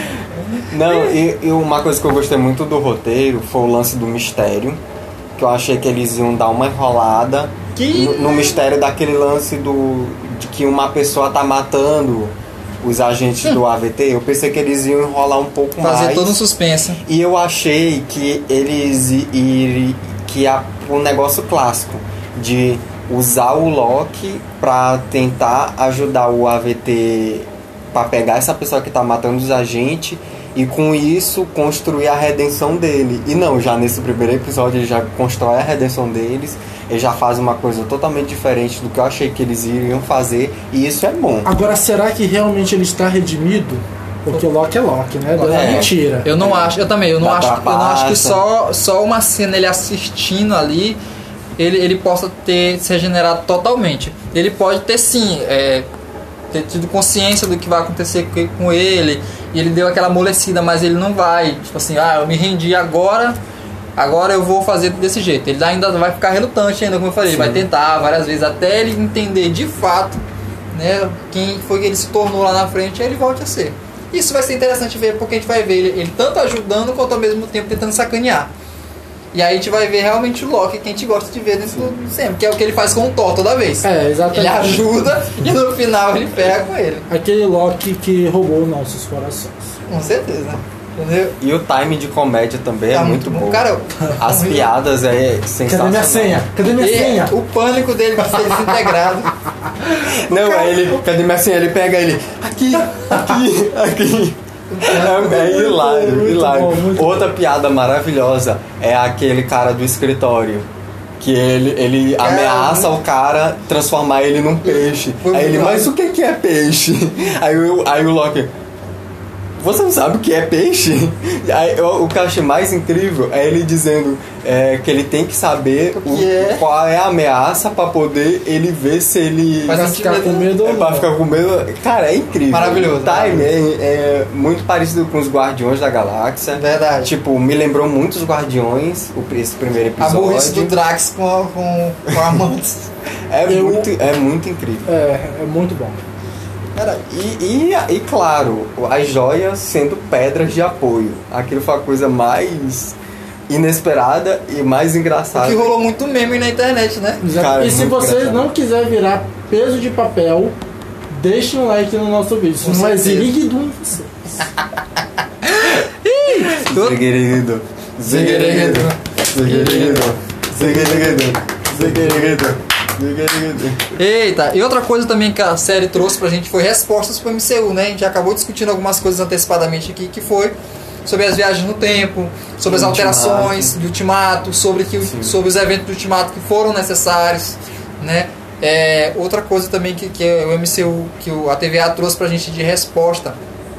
Não, e, e uma coisa que eu gostei muito do roteiro foi o lance do mistério. Que eu achei que eles iam dar uma enrolada Que- no, no mistério daquele lance do de que uma pessoa tá matando os agentes do A V T. Eu pensei que eles iam enrolar um pouco Fazer mais. todo um suspense. E eu achei que eles iriam. Que ia um negócio clássico de usar o Loki pra tentar ajudar o A V T pra pegar essa pessoa que tá matando os agentes e com isso construir a redenção dele. E não, já nesse primeiro episódio ele já constrói a redenção deles, ele já faz uma coisa totalmente diferente do que eu achei que eles iriam fazer e isso é bom. Agora, será que realmente ele está redimido? Porque o Loki é Loki, né? Deus é É. mentira. Eu não acho, eu também, eu não Da acho, eu não acho que trapaça. só, só uma cena ele assistindo ali, ele, ele possa ter se regenerado totalmente. Ele pode ter sim, é, ter tido consciência do que vai acontecer com- com ele, e ele deu aquela amolecida, mas ele não vai, tipo assim, ah, eu me rendi agora, agora eu vou fazer desse jeito. Ele ainda vai ficar relutante ainda, como eu falei, ele vai tentar várias vezes até ele entender de fato, né, quem foi que ele se tornou lá na frente, e ele volte a ser. Isso vai ser interessante ver, porque a gente vai ver ele, ele tanto ajudando quanto ao mesmo tempo tentando sacanear. E aí a gente vai ver realmente o Loki que a gente gosta de ver dentro do sempre, que é o que ele faz com o Thor toda vez. É, exatamente. Ele ajuda e no final ele pega com ele. Aquele Loki que roubou nossos corações. Com certeza. Entendeu? E o time de comédia também é Tá muito bom. Cara, As piadas é Cadê sensacional. minha senha? Cadê minha e senha? o pânico dele de ser desintegrado. Não, aí ele, cadê minha senha? Ele pega ele, aqui, aqui, aqui. É, é hilário, Muito hilário. bom, muito Outra piada maravilhosa é aquele cara do escritório Que ele, ele Cara, ameaça o cara transformar ele num peixe. Foi Aí ele, muito mas o que que é peixe? Aí o, aí o Loki, você não sabe o que é peixe? Aí, o, o que eu achei mais incrível é ele dizendo é, que ele tem que saber O o, que é? qual é a ameaça pra poder ele ver se ele... Faz Vai sentido, ficar com né? medo É ou pra não? ficar com medo. Cara, é incrível. Maravilhoso, O time é, é muito parecido com os Guardiões da Galáxia. Verdade. Tipo, me lembrou muito os Guardiões, o, esse primeiro A episódio. burrice do Drax com, a- com, com a Mantis. É, Eu- muito, é muito incrível. É, é muito bom. Cara, E, e, e claro, as joias sendo pedras de apoio. Aquilo foi a coisa mais inesperada e mais engraçada. que rolou muito meme na internet, né? Exato. Cara, e se muito vocês engraçado. não quiserem virar peso de papel, deixem um like no nosso vídeo. Com Isso não é certeza. ziriguidum em você. Ziguereguedo, ziguereguedo, ziguereguedo, ziguereguedo, ziguereguedo, ziguereguedo. Eita, e outra coisa também que a série trouxe pra gente foi respostas pro M C U, né? A gente já acabou discutindo algumas coisas antecipadamente aqui, que foi sobre as viagens no tempo, sobre as Ultimato. alterações de Ultimato, sobre, que, sobre os eventos do Ultimato que foram necessários, né? É, outra coisa também que, que o M C U, que o- a T V A trouxe pra gente de resposta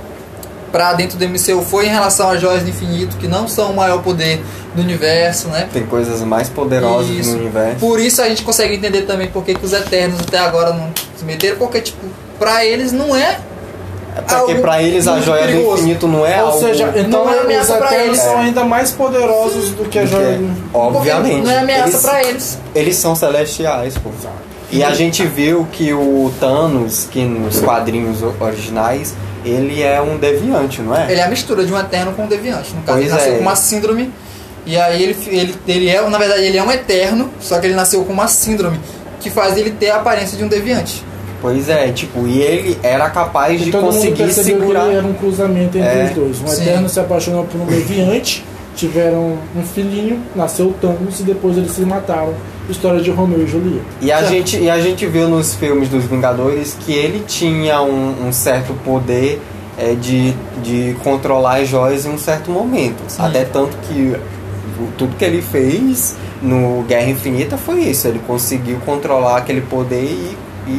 pra dentro do M C U foi em relação às joias do infinito, que não são o maior poder do universo, né? Tem coisas mais poderosas Isso. no universo. Por isso a gente consegue entender também porque que os Eternos até agora não se meteram, porque, tipo, pra eles não é. Porque algo pra eles a muito joia do perigoso. infinito não é Ou algo... seja, então não é os ameaça pra Eternos eles. são É. ainda mais poderosos do que a Porque, joia do... obviamente. Porque não é ameaça eles, pra eles. eles são celestiais, pô. E a gente viu que o Thanos, que nos quadrinhos o- originais, ele é um deviante, não é? Ele é a mistura de um Eterno com um Deviante. No caso, Pois ele nasceu é. com uma síndrome. E aí ele, ele, ele é, na verdade, ele é um Eterno, só que ele nasceu com uma síndrome que faz ele ter a aparência de um Deviante. Pois é, tipo, e ele era capaz E de todo mundo conseguir percebeu segurar. que ele era um cruzamento entre É, os dois. Um sim. Eterno se apaixonou por um deviante, tiveram um filhinho, nasceu o Thanos e depois eles se mataram. História de Romeu e Julieta. E a, Certo. gente, e a gente viu nos filmes dos Vingadores que ele tinha um, um certo poder é, de, de controlar as joias em um certo momento. Até tanto que o- tudo que ele fez no Guerra Infinita foi isso. Ele conseguiu controlar aquele poder e, e,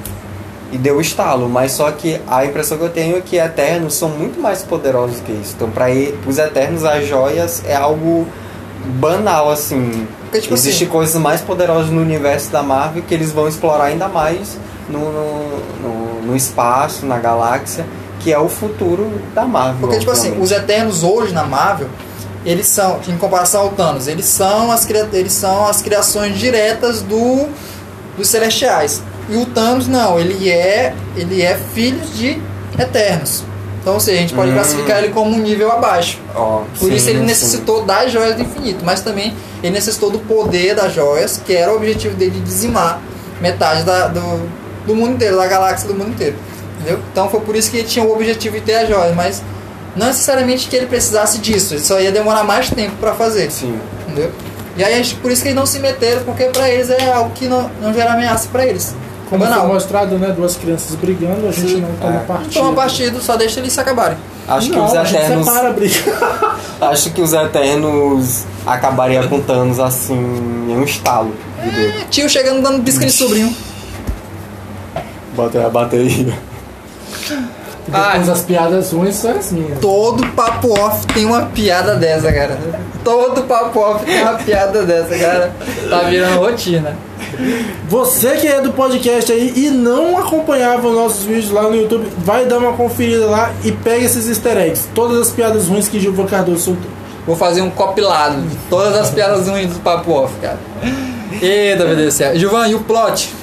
e deu estalo. Mas só que a impressão que eu tenho é que Eternos são muito mais poderosos que isso. Então para os Eternos as joias é algo banal, assim. Porque, tipo Existem assim, coisas mais poderosas no universo da Marvel que eles vão explorar ainda mais no, no, no, no espaço, na galáxia, que é o futuro da Marvel. porque, tipo assim, obviamente. os Eternos hoje na Marvel, eles são, em comparação ao Thanos, eles são as, cria- eles são as criações diretas do, dos Celestiais. E o Thanos não, ele é, ele é filho de Eternos. Então, ou seja, a gente pode Hum. classificar ele como um nível abaixo. Ó, Por sim, isso ele sim. necessitou das joias do infinito, mas também ele necessitou do poder das joias, que era o objetivo dele de dizimar metade da, do, do mundo inteiro, da galáxia do mundo inteiro. Entendeu? Então foi por isso que ele tinha o objetivo de ter as joias, mas não necessariamente que ele precisasse disso, ele só ia demorar mais tempo para fazer. Sim. Entendeu? E aí por isso que eles não se meteram, porque para eles é algo que não, não gera ameaça para eles. Como Banal. foi mostrado, né? Duas crianças brigando, a gente Sim. não toma É. Não partido. toma partido, só deixa eles se acabarem. Acho que Não, os a gente Eternos. separa a briga. Acho que os Eternos acabariam com Thanos assim em um estalo de dedo. É, tio chegando dando bisca de sobrinho. Bota a bateria. E depois as piadas ruins são as minhas. Todo papo off tem uma piada dessa, cara. Todo papo off tem uma piada dessa, cara. Tá virando rotina. Você que é do podcast aí e não acompanhava os nossos vídeos lá no YouTube, vai dar uma conferida lá e pega esses easter eggs. Todas as piadas ruins que Gilvan Cardoso soltou. Vou fazer um compilado de todas as piadas ruins do papo off, cara. Eita, meu Deus do céu. Gilvan, e o plot?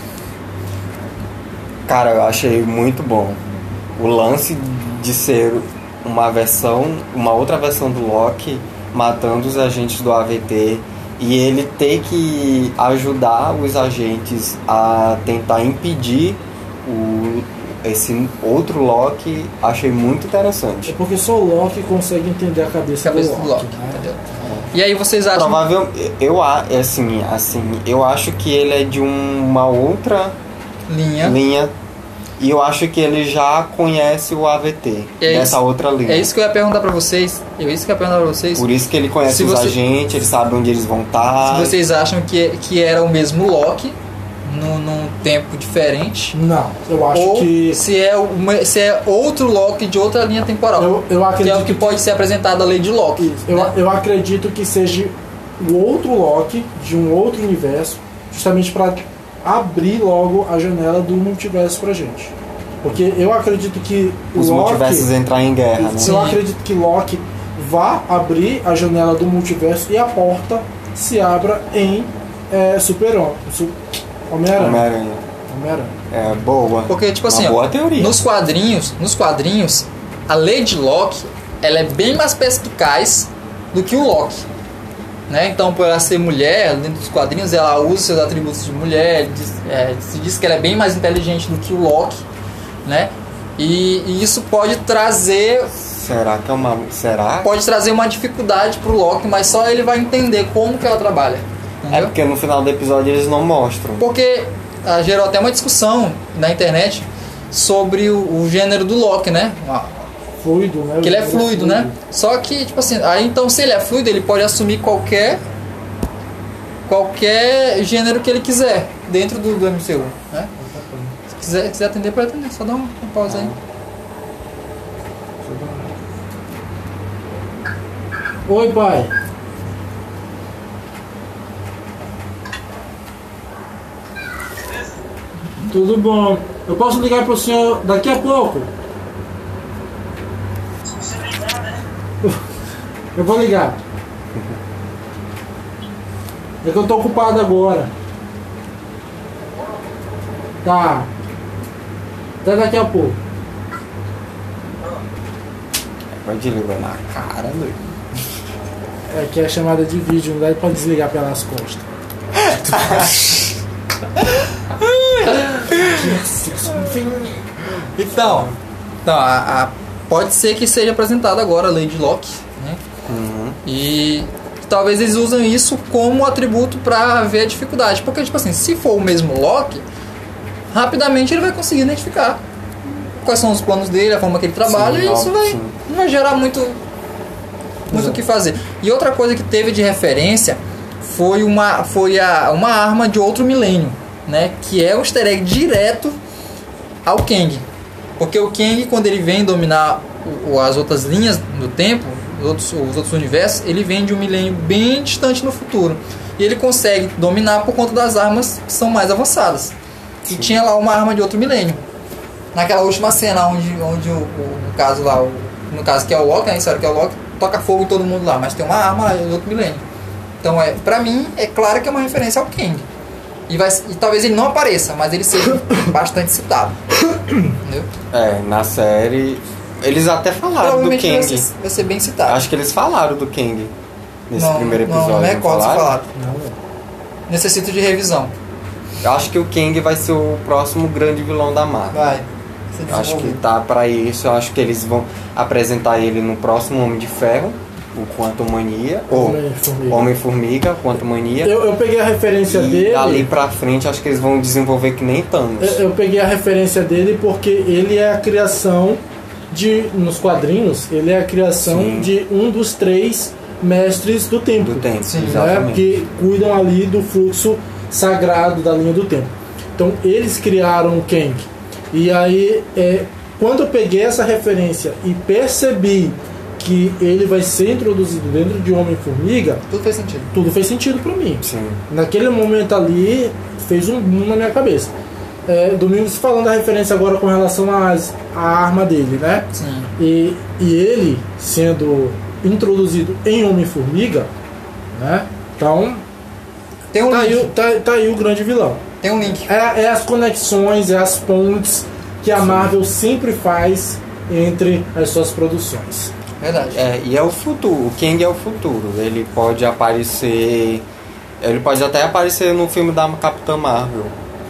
Cara, eu achei muito bom. O lance de ser uma versão, uma outra versão do Loki matando os agentes do A V T e ele ter que ajudar os agentes a tentar impedir o, esse outro Loki, achei muito É interessante. porque só o Loki consegue entender a cabeça, Cabeça do do Loki. Loki, né? entendeu? E aí vocês acham... Provável, eu a- assim, assim, eu acho que ele é de uma outra Linha. linha E eu acho que ele já conhece o A V T É dessa isso- outra linha. É isso que eu ia perguntar pra vocês. É isso que eu ia perguntar pra vocês. Por isso que ele conhece Se os você- agentes, ele sabe onde eles vão estar. Se vocês acham que, que era o mesmo Loki, num, num tempo diferente, Não, eu acho ou que. se, é uma, se é outro Loki de outra linha temporal. Eu, eu que é acredito o que pode ser apresentado a Lady Loki. Isso. Eu, né? eu acredito que seja o outro Loki de um outro universo, justamente para abrir logo a janela do multiverso pra gente. Porque eu acredito que o Os Loki, multiversos entrar em guerra, né? Sim. eu acredito que Loki vá abrir a janela do multiverso e a porta se abra em é, Super-Homem, Su- Homem-Aranha. Homem-Aranha. Homem-Aranha. É boa. Porque, tipo assim, Uma ó, boa teoria. nos quadrinhos, nos quadrinhos, a Lady Locke, ela é bem mais perspicaz do que o Loki. Né? Então, por ela ser mulher, dentro dos quadrinhos, ela usa seus atributos de mulher, diz- é, se diz que ela é bem mais inteligente do que o Loki, né? E, e isso pode trazer Será que é uma. Será? pode trazer uma dificuldade pro Loki, mas só ele vai entender como que ela trabalha. É Entendeu? porque no final do episódio eles não mostram. Porque ah, gerou até uma discussão na internet sobre o, o gênero do Loki, né? Ah, Fluido, né? Que ele é fluido, né? Só que, tipo assim, aí então se ele é fluido, ele pode assumir qualquer qualquer gênero que ele quiser dentro do, do M C U, né? Se quiser, quiser atender, pode atender, só dá uma, uma pausa aí. Oi, pai. Tudo bom? Eu posso ligar pro senhor daqui a pouco? Eu vou ligar. É que eu tô ocupado agora. Tá. Até daqui a pouco. Pode ligar na cara, doido. É que é chamada de vídeo, não dá pra desligar pelas costas. Então, então a, a- pode ser que seja apresentado agora a Lady Locke, né? Uhum. E talvez eles usem isso como atributo pra ver a dificuldade. Porque, tipo assim, se for o mesmo Loki, rapidamente ele vai conseguir identificar quais são os planos dele, a forma que ele trabalha, Sim, e isso óbvio, vai, sim. não vai gerar muito muito o que fazer. E outra coisa que teve de referência foi uma, foi a, uma arma de outro milênio, né? Que é um easter egg direto ao Kang. Porque o Kang, quando ele vem dominar o- o- as outras linhas do tempo, os outros, os outros universos, ele vem de um milênio bem distante no futuro. E ele consegue dominar por conta das armas que são mais avançadas. E tinha lá uma arma de outro milênio. Naquela última cena onde, onde o, o- no caso lá, o, no caso que é o Loki, né, história que é o Loki, toca fogo em todo mundo lá, mas tem uma arma de outro milênio. Então, é, pra mim, é claro que é uma referência ao Kang. E, vai, e talvez ele não apareça, mas ele seja bastante citado. Entendeu? É, na série. Eles até falaram do Provavelmente vai Kang. ser, vai ser bem citado. Acho que eles falaram do Kang nesse não, primeiro não, episódio. não me recordo se falaram? falaram. Não, Necessito de revisão. Eu acho que o Kang vai ser o próximo grande vilão da Marvel. Vai. Ser Eu acho que desenvolvido. tá pra isso. Eu acho que eles vão apresentar ele no próximo Homem de Ferro, o Quantumania. Ou Homem-Formiga. Homem-Formiga, Quantumania. Eu, eu peguei a referência E dele. ali pra frente acho que eles vão desenvolver que nem Thanos. Eu, eu peguei a referência dele porque ele é a criação de. Nos quadrinhos, ele é a criação Sim. de um dos três mestres do tempo. Do tempo, Sim, Né, exatamente. que cuidam ali do fluxo sagrado da linha do tempo. Então eles criaram o Kang. E aí, é, quando eu peguei essa referência e percebi que ele vai ser introduzido dentro de Homem-Formiga, Tudo fez sentido. tudo fez sentido pra mim. Sim. Naquele momento ali, fez um boom na minha cabeça. É, Domingos falando da referência agora com relação às, à arma dele, né? Sim. E, e ele sendo introduzido em Homem-Formiga, né? Então, Tem um tá aí, link. o- tá, tá aí o grande vilão. Tem um link. É, é as conexões, é as pontes que a Marvel sempre faz entre as suas produções. Verdade. É, e é o futuro. O Kang é o futuro. Ele pode aparecer. Ele pode até aparecer no filme da Capitã Marvel.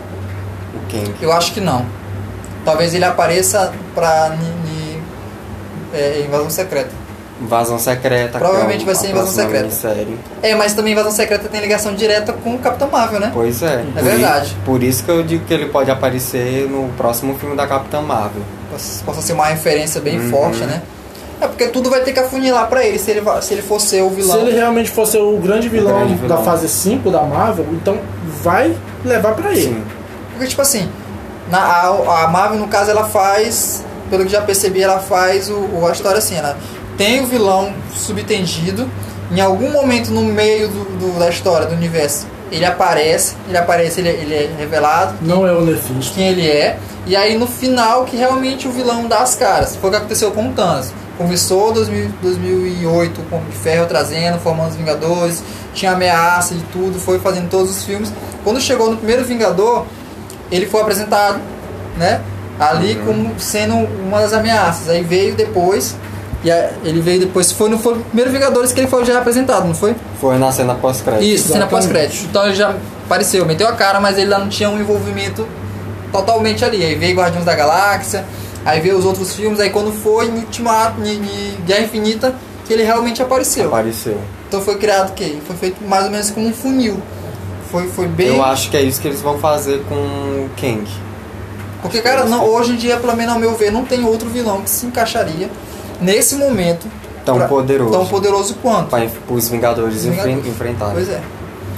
O Kang. Eu acho que não. Talvez ele apareça pra ni- ni- é, invasão secreta. Invasão Secreta. Provavelmente que é vai ser a Invasão próxima Secreta. minissérie. É, mas também Invasão Secreta tem ligação direta com o Capitão Marvel, né? Pois é. É por verdade. i- Por isso que eu digo que ele pode aparecer no próximo filme da Capitã Marvel. Possa possa ser uma referência bem Uhum. forte, né? É porque tudo vai ter que afunilar pra ele se ele, va- se ele for ser o vilão. Se ele realmente fosse o grande vilão, grande vilão. da fase cinco da Marvel, então vai levar pra ele. Sim. Porque, tipo assim, na, a, a Marvel, no caso, ela faz, pelo que já percebi, ela faz o, o- a história assim, ela tem o vilão subtendido, em algum momento no meio do, do- da história, do universo, ele aparece, ele aparece, ele, ele é revelado, Não é o Nefisto. quem ele é, e aí no final que realmente o vilão dá as caras. Foi o que aconteceu com o Thanos. Começou em dois mil, dois mil e oito com o Homem de Ferro trazendo, formando os Vingadores, tinha ameaça de tudo, foi fazendo todos os filmes. Quando chegou no primeiro Vingador, ele foi apresentado, né, ali Uhum. como sendo uma das ameaças. Aí veio depois, e a- ele veio depois, foi no, foi no primeiro Vingadores que ele foi já apresentado, não foi? Foi na cena pós-crédito. Isso, cena Exatamente. pós-crédito. Então ele já apareceu, meteu a cara, mas ele lá não tinha um envolvimento totalmente ali. Aí veio Guardiões da Galáxia, aí veio os outros filmes, aí quando foi em Ultimato, em, em Guerra Infinita, que ele realmente apareceu. Apareceu. Então foi criado o quê? Foi feito mais ou menos como um funil. Foi, foi bem... Eu acho que é isso que eles vão fazer com o Kang. Porque, cara, não, hoje em dia, pelo menos ao meu ver, não tem outro vilão que se encaixaria nesse momento Tão pra- poderoso. tão poderoso quanto. Para os Vingadores, Os Vingadores. enfren- enfrentarem. Pois é.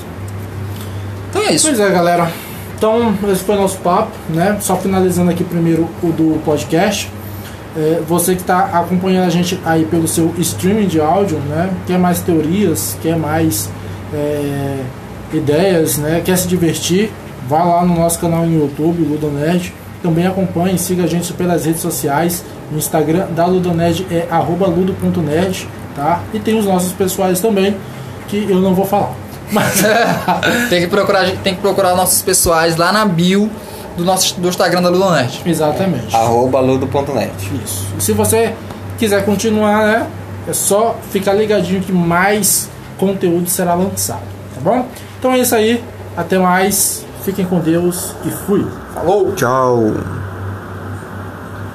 Então é isso. Pois é, galera. Então, esse foi o nosso papo, né? Só finalizando aqui primeiro o do podcast. É, você que está acompanhando a gente aí pelo seu streaming de áudio, né? Quer mais teorias, quer mais é, ideias, né? Quer se divertir, vá lá no nosso canal no YouTube, Ludonerd. Também acompanhe, siga a gente pelas redes sociais. No Instagram da Ludonerd é arroba ludo ponto nerd, tá? E tem os nossos pessoais também, que eu não vou falar. Mas tem, que procurar, tem que procurar nossos pessoais lá na bio do nosso do Instagram da Ludonerd. exatamente. Arroba ludo ponto net. Isso. E se você quiser continuar, né? É só ficar ligadinho que mais conteúdo será lançado, tá bom? Então é isso aí. Até mais. Fiquem com Deus e fui. Falou! Tchau.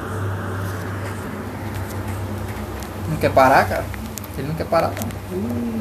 Não quer parar, cara? Ele não quer parar, não.